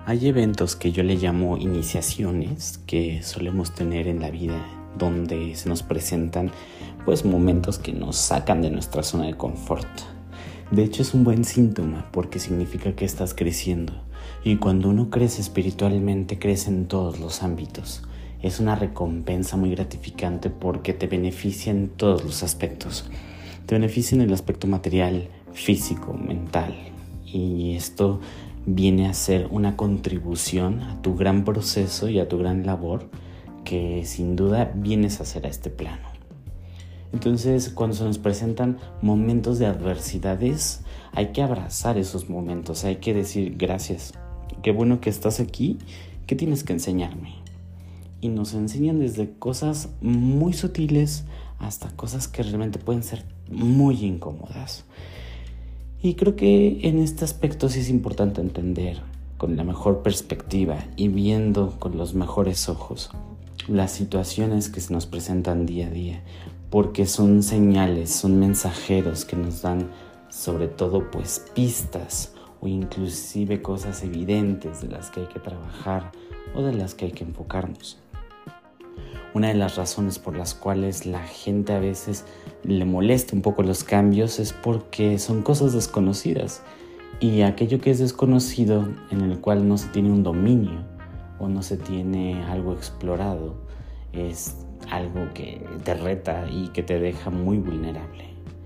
Hay eventos que yo le llamo iniciaciones que solemos tener en la vida, donde se nos presentan momentos que nos sacan de nuestra zona de confort. De hecho, es un buen síntoma porque significa que estás creciendo, y cuando uno crece espiritualmente, crece en todos los ámbitos. Es una recompensa muy gratificante porque te beneficia en todos los aspectos. Te beneficia en el aspecto material, físico, mental, y esto viene a ser una contribución a tu gran proceso y a tu gran labor que sin duda vienes a hacer a este plano. Entonces, cuando se nos presentan momentos de adversidades, hay que abrazar esos momentos, hay que decir gracias, qué bueno que estás aquí, ¿qué tienes que enseñarme? Y nos enseñan desde cosas muy sutiles hasta cosas que realmente pueden ser muy incómodas. Y creo que en este aspecto sí es importante entender con la mejor perspectiva y viendo con los mejores ojos las situaciones que se nos presentan día a día, porque son señales, son mensajeros que nos dan sobre todo pistas o inclusive cosas evidentes de las que hay que trabajar o de las que hay que enfocarnos. Una de las razones por las cuales la gente a veces le molesta un poco los cambios es porque son cosas desconocidas, y aquello que es desconocido, en el cual no se tiene un dominio o no se tiene algo explorado, es algo que te reta y que te deja muy vulnerable.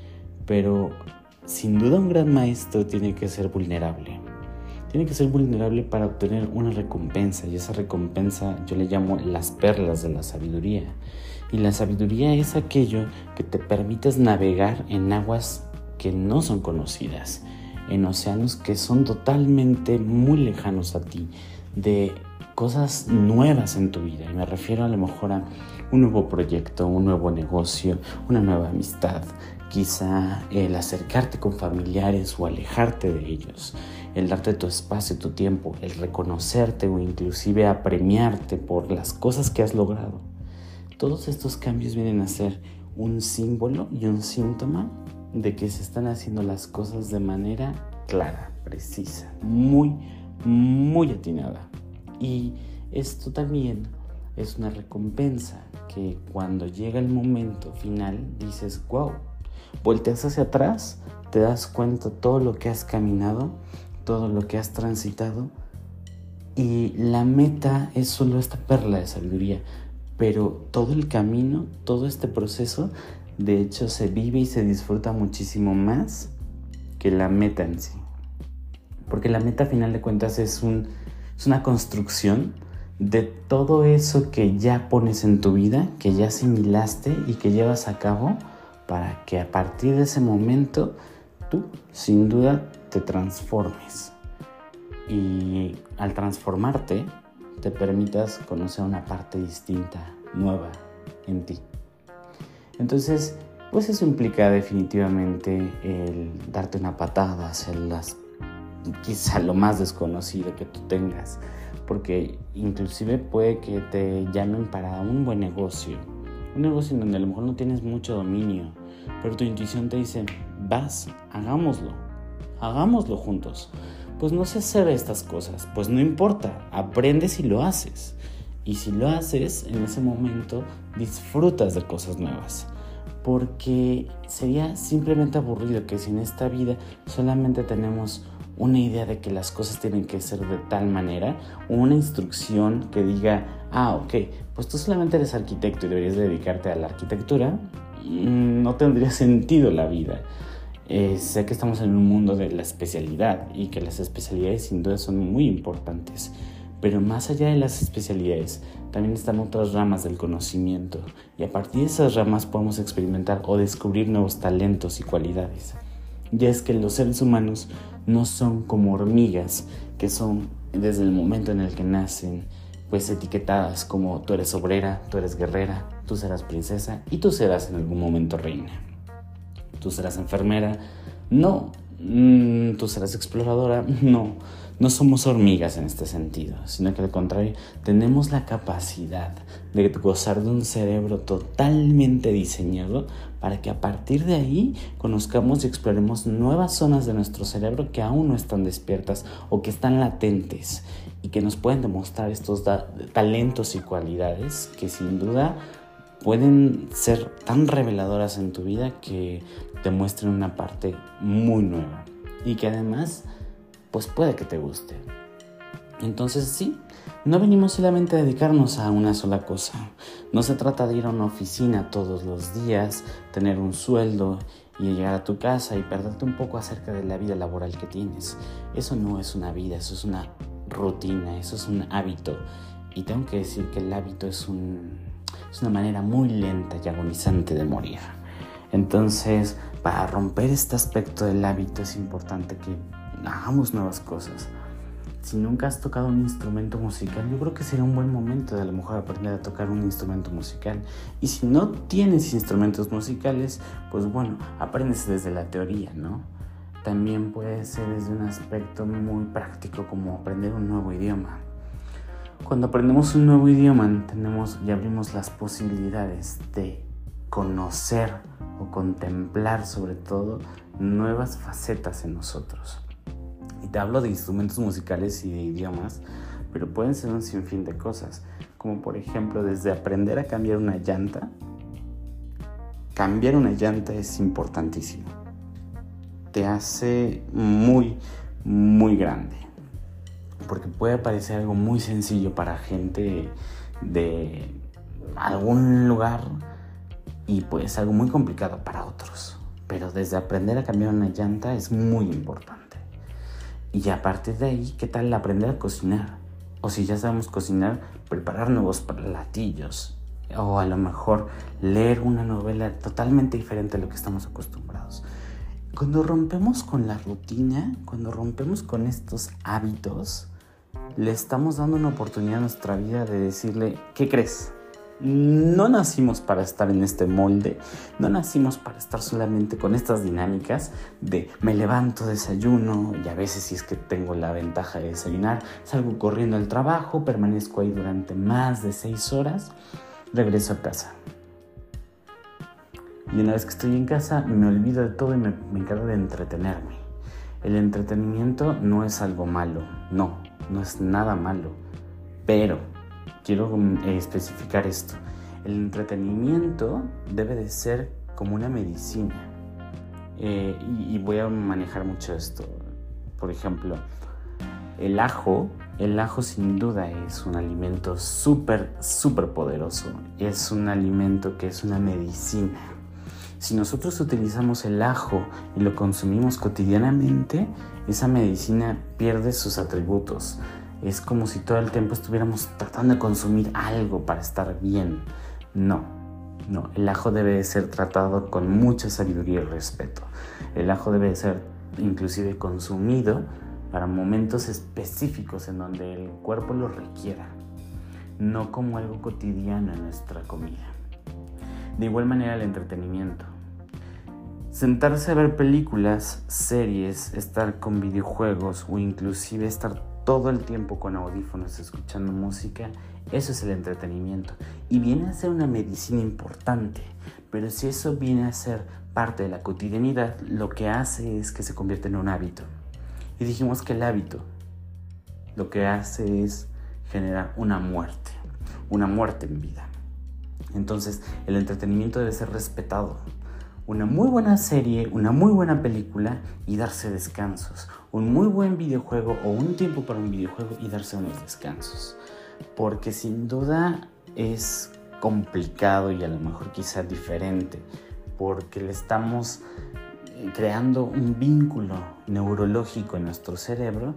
Pero sin duda un gran maestro tiene que ser vulnerable. Tiene que ser vulnerable para obtener una recompensa, y esa recompensa yo le llamo las perlas de la sabiduría. Y la sabiduría es aquello que te permites navegar en aguas que no son conocidas, en océanos que son totalmente muy lejanos a ti, de cosas nuevas en tu vida. Y me refiero a lo mejor a un nuevo proyecto, un nuevo negocio, una nueva amistad, quizá el acercarte con familiares o alejarte de ellos, el darte tu espacio, tu tiempo, el reconocerte o inclusive apremiarte por las cosas que has logrado. Todos estos cambios vienen a ser un símbolo y un síntoma de que se están haciendo las cosas de manera clara, precisa, muy, muy atinada. Y esto también es una recompensa que cuando llega el momento final dices, wow, volteas hacia atrás, te das cuenta todo lo que has caminado, todo lo que has transitado, y la meta es solo esta perla de sabiduría, pero todo el camino, todo este proceso, de hecho se vive y se disfruta muchísimo más que la meta en sí, porque la meta a final de cuentas es una construcción de todo eso que ya pones en tu vida, que ya asimilaste y que llevas a cabo, para que a partir de ese momento tú sin duda te transformes, y al transformarte te permitas conocer una parte distinta, nueva en ti. Entonces, eso implica definitivamente el darte una patada hacia quizá lo más desconocido que tú tengas, porque inclusive puede que te llamen para un buen negocio, un negocio en donde a lo mejor no tienes mucho dominio, pero tu intuición te dice, vas, hagámoslo juntos. Pues no sé hacer estas cosas, pues no importa, aprendes y lo haces. Y si lo haces, en ese momento disfrutas de cosas nuevas. Porque sería simplemente aburrido que si en esta vida solamente tenemos una idea de que las cosas tienen que ser de tal manera, o una instrucción que diga, ok, pues tú solamente eres arquitecto y deberías dedicarte a la arquitectura, no tendría sentido la vida. Sé que estamos en un mundo de la especialidad y que las especialidades sin duda son muy importantes, pero más allá de las especialidades también están otras ramas del conocimiento, y a partir de esas ramas podemos experimentar o descubrir nuevos talentos y cualidades. Ya es que los seres humanos no son como hormigas, que son desde el momento en el que nacen etiquetadas como tú eres obrera, tú eres guerrera, tú serás princesa y tú serás en algún momento reina. Tú serás enfermera, no. Tú serás exploradora, no. No somos hormigas en este sentido, sino que al contrario, tenemos la capacidad de gozar de un cerebro totalmente diseñado para que a partir de ahí conozcamos y exploremos nuevas zonas de nuestro cerebro que aún no están despiertas o que están latentes y que nos pueden demostrar estos talentos y cualidades que sin duda pueden ser tan reveladoras en tu vida que te muestren una parte muy nueva y que además pues puede que te guste. Entonces sí, no venimos solamente a dedicarnos a una sola cosa. No se trata de ir a una oficina todos los días, tener un sueldo y llegar a tu casa y perderte un poco acerca de la vida laboral que tienes. Eso no es una vida, eso es una rutina, eso es un hábito. Y tengo que decir que el hábito es una manera muy lenta y agonizante de morir. Entonces, para romper este aspecto del hábito es importante que hagamos nuevas cosas. Si nunca has tocado un instrumento musical, yo creo que sería un buen momento de a lo mejor aprender a tocar un instrumento musical. Y si no tienes instrumentos musicales, pues bueno, aprendes desde la teoría, ¿no? También puede ser desde un aspecto muy práctico como aprender un nuevo idioma. Cuando aprendemos un nuevo idioma, tenemos y abrimos las posibilidades de conocer o contemplar sobre todo nuevas facetas en nosotros. Y te hablo de instrumentos musicales y de idiomas, pero pueden ser un sinfín de cosas, como por ejemplo desde aprender a cambiar una llanta. Cambiar una llanta es importantísimo. Te hace muy, muy grande, porque puede parecer algo muy sencillo para gente de algún lugar y pues algo muy complicado para otros. Pero desde aprender a cambiar una llanta es muy importante. Y a partir de ahí, ¿qué tal aprender a cocinar? O si ya sabemos cocinar, preparar nuevos platillos. O a lo mejor leer una novela totalmente diferente a lo que estamos acostumbrados. Cuando rompemos con la rutina, cuando rompemos con estos hábitos, le estamos dando una oportunidad a nuestra vida de decirle, ¿qué crees? No nacimos para estar en este molde, no nacimos para estar solamente con estas dinámicas de me levanto, desayuno y a veces si es que tengo la ventaja de desayunar, salgo corriendo al trabajo, permanezco ahí durante más de 6 horas, regreso a casa. Y una vez que estoy en casa me olvido de todo y me encargo de entretenerme. El entretenimiento no es algo malo, no es nada malo, pero quiero especificar esto. El entretenimiento debe de ser como una medicina. Y voy a manejar mucho esto. Por ejemplo, el ajo sin duda es un alimento súper poderoso. Es un alimento que es una medicina. Si nosotros utilizamos el ajo y lo consumimos cotidianamente, esa medicina pierde sus atributos. Es como si todo el tiempo estuviéramos tratando de consumir algo para estar bien. No, el ajo debe de ser tratado con mucha sabiduría y respeto. El ajo debe de ser inclusive consumido para momentos específicos en donde el cuerpo lo requiera, no como algo cotidiano en nuestra comida. De igual manera el entretenimiento. Sentarse a ver películas, series, estar con videojuegos o inclusive estar todo el tiempo con audífonos escuchando música, eso es el entretenimiento y viene a ser una medicina importante, pero si eso viene a ser parte de la cotidianidad, lo que hace es que se convierte en un hábito. Y dijimos que el hábito lo que hace es generar una muerte en vida. Entonces el entretenimiento debe ser respetado. Una muy buena serie, una muy buena película y darse descansos. Un muy buen videojuego o un tiempo para un videojuego y darse unos descansos. Porque sin duda es complicado y a lo mejor quizá diferente. Porque le estamos creando un vínculo neurológico en nuestro cerebro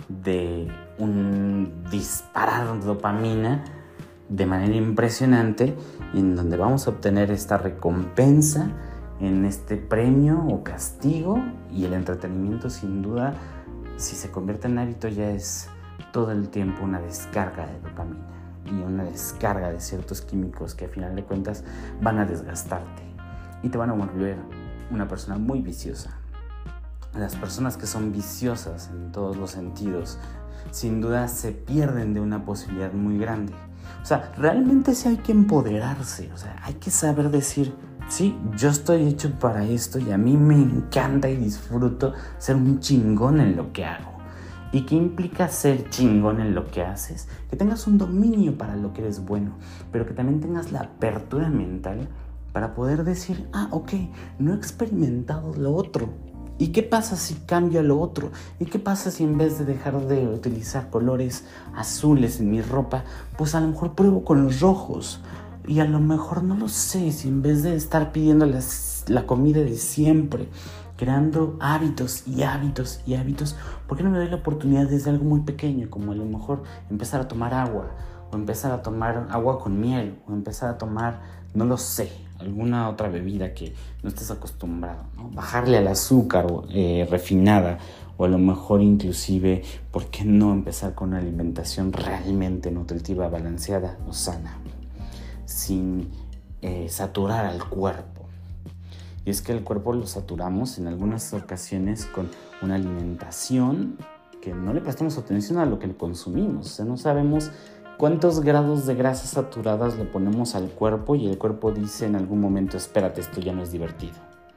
de un disparar dopamina de manera impresionante en donde vamos a obtener esta recompensa en este premio o castigo, y el entretenimiento sin duda, si se convierte en hábito, ya es todo el tiempo una descarga de dopamina y una descarga de ciertos químicos que a final de cuentas van a desgastarte y te van a volver una persona muy viciosa. Las personas que son viciosas en todos los sentidos sin duda se pierden de una posibilidad muy grande. O sea, realmente sí hay que empoderarse, o sea, hay que saber decir, sí, yo estoy hecho para esto y a mí me encanta y disfruto ser un chingón en lo que hago. ¿Y qué implica ser chingón en lo que haces? Que tengas un dominio para lo que eres bueno, pero que también tengas la apertura mental para poder decir, ok, no he experimentado lo otro. ¿Y qué pasa si cambio a lo otro? ¿Y qué pasa si en vez de dejar de utilizar colores azules en mi ropa, pues a lo mejor pruebo con los rojos? Y a lo mejor, no lo sé, si en vez de estar pidiendo la comida de siempre, creando hábitos y hábitos y hábitos, ¿por qué no me doy la oportunidad desde algo muy pequeño? Como a lo mejor empezar a tomar agua, o empezar a tomar agua con miel, o empezar a tomar, no lo sé, alguna otra bebida que no estés acostumbrado, ¿no? Bajarle al azúcar refinada, o a lo mejor inclusive, ¿por qué no empezar con una alimentación realmente nutritiva, balanceada o sana? Sin saturar al cuerpo. Y es que el cuerpo lo saturamos en algunas ocasiones con una alimentación que no le prestamos atención a lo que consumimos. O sea, no sabemos cuántos grados de grasas saturadas le ponemos al cuerpo y el cuerpo dice en algún momento, espérate, esto ya no es divertido.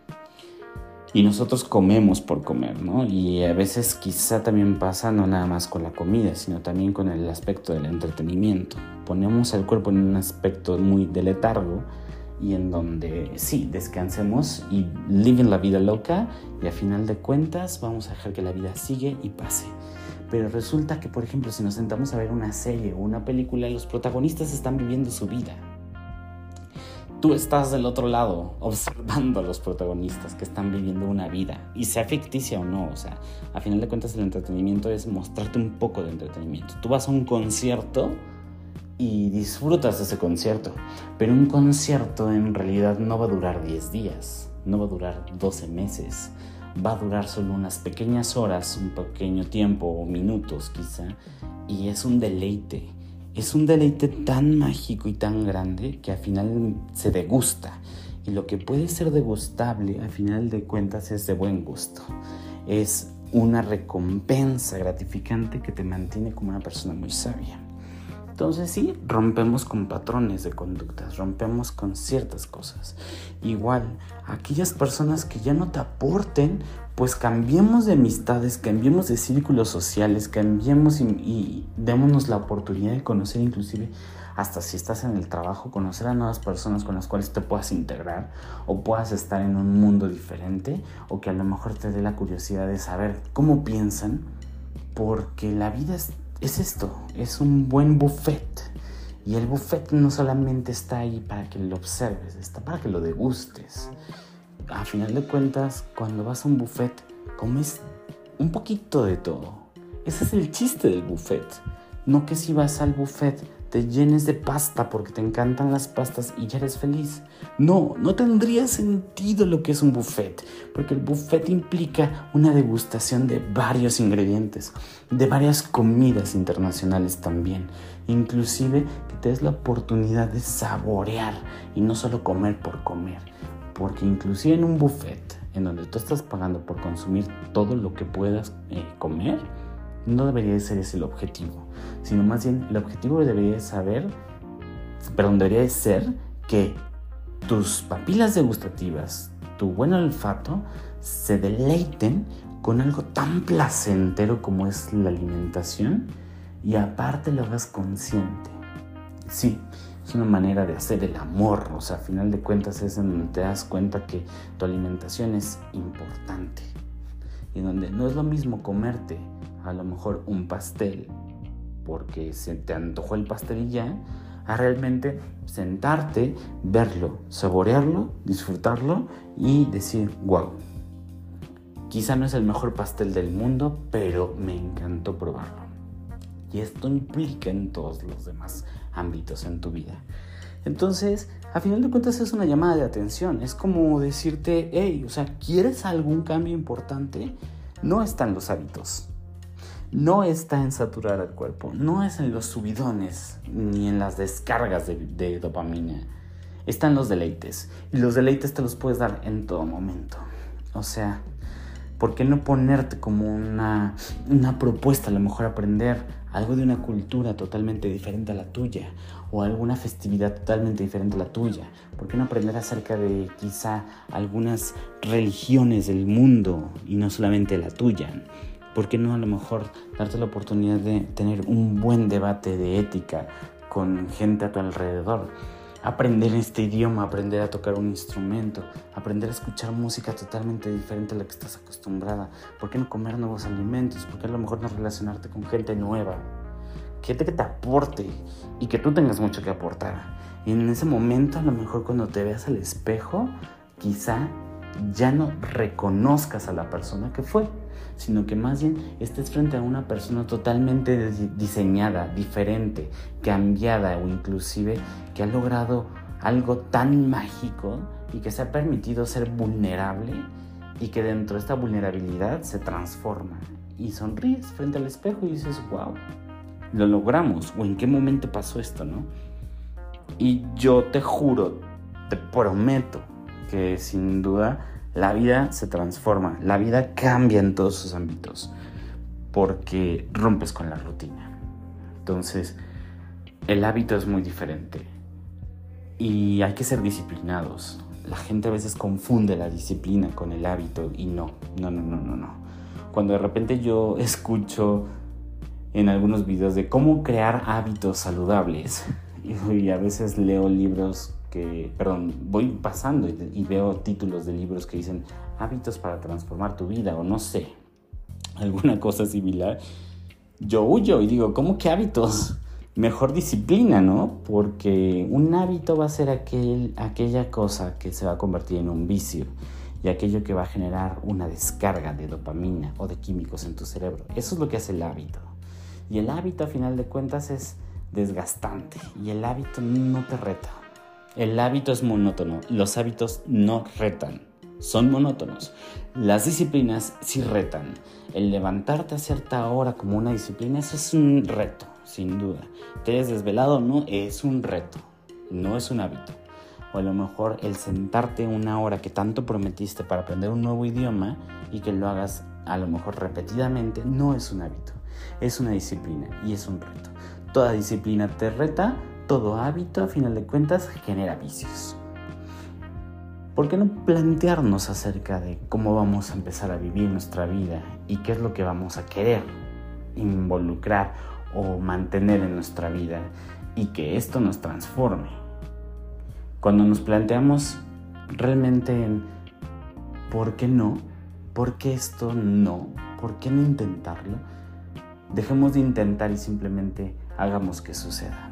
Y nosotros comemos por comer, ¿no? Y a veces quizá también pasa no nada más con la comida, sino también con el aspecto del entretenimiento. Ponemos al cuerpo en un aspecto muy de letargo y en donde sí, descansemos y viven la vida loca y a final de cuentas vamos a dejar que la vida sigue y pase. Pero resulta que, por ejemplo, si nos sentamos a ver una serie o una película, los protagonistas están viviendo su vida. Tú estás del otro lado observando a los protagonistas que están viviendo una vida, y sea ficticia o no. O sea, a final de cuentas el entretenimiento es mostrarte un poco de entretenimiento. Tú vas a un concierto y disfrutas de ese concierto, pero un concierto en realidad no va a durar 10 días, no va a durar 12 meses, va a durar solo unas pequeñas horas, un pequeño tiempo o minutos quizá, y es un deleite. Es un deleite tan mágico y tan grande que al final se degusta. Y lo que puede ser degustable, al final de cuentas, es de buen gusto. Es una recompensa gratificante que te mantiene como una persona muy sabia. Entonces sí, rompemos con patrones de conductas, rompemos con ciertas cosas. Igual, aquellas personas que ya no te aporten, pues cambiemos de amistades, cambiemos de círculos sociales, cambiemos y démonos la oportunidad de conocer, inclusive hasta si estás en el trabajo, conocer a nuevas personas con las cuales te puedas integrar o puedas estar en un mundo diferente, o que a lo mejor te dé la curiosidad de saber cómo piensan, porque la vida es esto, es un buen buffet. Y el buffet no solamente está ahí para que lo observes, está para que lo degustes. A final de cuentas, cuando vas a un buffet, comes un poquito de todo. Ese es el chiste del buffet. No que si vas al buffet te llenes de pasta porque te encantan las pastas y ya eres feliz. No tendría sentido lo que es un buffet, porque el buffet implica una degustación de varios ingredientes, de varias comidas internacionales también. Inclusive que te des la oportunidad de saborear y no solo comer por comer. Porque inclusive en un buffet, en donde tú estás pagando por consumir todo lo que puedas comer, no debería de ser ese el objetivo, sino más bien el objetivo debería de ser que tus papilas degustativas, tu buen olfato, se deleiten con algo tan placentero como es la alimentación, y aparte lo hagas consciente. Sí, es una manera de hacer el amor. O sea, a final de cuentas es en donde te das cuenta que tu alimentación es importante, y donde no es lo mismo comerte a lo mejor un pastel porque se te antojó el pastel y ya, a realmente sentarte, verlo, saborearlo, disfrutarlo y decir, wow, quizá no es el mejor pastel del mundo, pero me encantó probarlo. Y esto implica en todos los demás ámbitos en tu vida. Entonces, a final de cuentas es una llamada de atención. Es como decirte, hey, o sea, ¿quieres algún cambio importante? No está en los hábitos, no está en saturar al cuerpo, no es en los subidones ni en las descargas de dopamina. Están los deleites, y los deleites te los puedes dar en todo momento. O sea, ¿Por qué no ponerte como una propuesta? A lo mejor aprender algo de una cultura totalmente diferente a la tuya, o alguna festividad totalmente diferente a la tuya. ¿Por qué no aprender acerca de quizá algunas religiones del mundo y no solamente la tuya? ¿Por qué no a lo mejor darte la oportunidad de tener un buen debate de ética con gente a tu alrededor? Aprender este idioma, aprender a tocar un instrumento, aprender a escuchar música totalmente diferente a la que estás acostumbrada. ¿Por qué no comer nuevos alimentos? ¿Por qué a lo mejor no relacionarte con gente nueva? Gente que te aporte y que tú tengas mucho que aportar. Y en ese momento, a lo mejor cuando te veas al espejo, quizá ya no reconozcas a la persona que fue, sino que más bien estés frente a una persona totalmente diseñada, diferente, cambiada, o inclusive que ha logrado algo tan mágico y que se ha permitido ser vulnerable, y que dentro de esta vulnerabilidad se transforma y sonríes frente al espejo y dices, wow, lo logramos, o en qué momento pasó esto, ¿no? Y yo te juro, te prometo que sin duda la vida se transforma, la vida cambia en todos sus ámbitos, porque rompes con la rutina. Entonces, el hábito es muy diferente y hay que ser disciplinados. La gente a veces confunde la disciplina con el hábito y no. Cuando de repente yo escucho en algunos videos de cómo crear hábitos saludables, y a veces leo libros voy pasando y veo títulos de libros que dicen hábitos para transformar tu vida, o no sé, alguna cosa similar, yo huyo y digo, ¿cómo que hábitos? Mejor disciplina, ¿no? Porque un hábito va a ser aquella cosa que se va a convertir en un vicio, y aquello que va a generar una descarga de dopamina o de químicos en tu cerebro. Eso es lo que hace el hábito. Y el hábito, a final de cuentas, es desgastante, y el hábito no te reta. El hábito es monótono. Los hábitos no retan, son monótonos. Las disciplinas sí retan. El levantarte a cierta hora como una disciplina, eso es un reto, sin duda. Te hayas desvelado o no, es un reto, no es un hábito. O a lo mejor el sentarte una hora que tanto prometiste para aprender un nuevo idioma y que lo hagas a lo mejor repetidamente, no es un hábito, es una disciplina y es un reto. Toda disciplina te reta, todo hábito, a final de cuentas, genera vicios. ¿Por qué no plantearnos acerca de cómo vamos a empezar a vivir nuestra vida y qué es lo que vamos a querer involucrar o mantener en nuestra vida, y que esto nos transforme? Cuando nos planteamos realmente en ¿por qué no? ¿Por qué esto no? ¿Por qué no intentarlo? Dejemos de intentar y simplemente hagamos que suceda.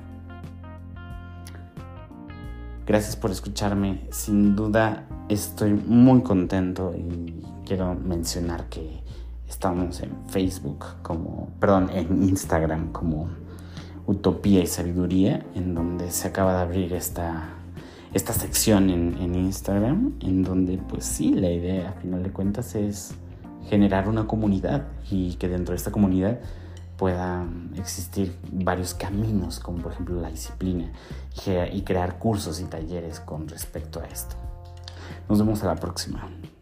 Gracias por escucharme. Sin duda estoy muy contento, y quiero mencionar que estamos en Facebook en Instagram como Utopía y Sabiduría, en donde se acaba de abrir esta sección en Instagram, en donde pues sí, la idea a final de cuentas es generar una comunidad, y que dentro de esta comunidad puedan existir varios caminos, como por ejemplo la disciplina, y crear cursos y talleres con respecto a esto. Nos vemos a la próxima.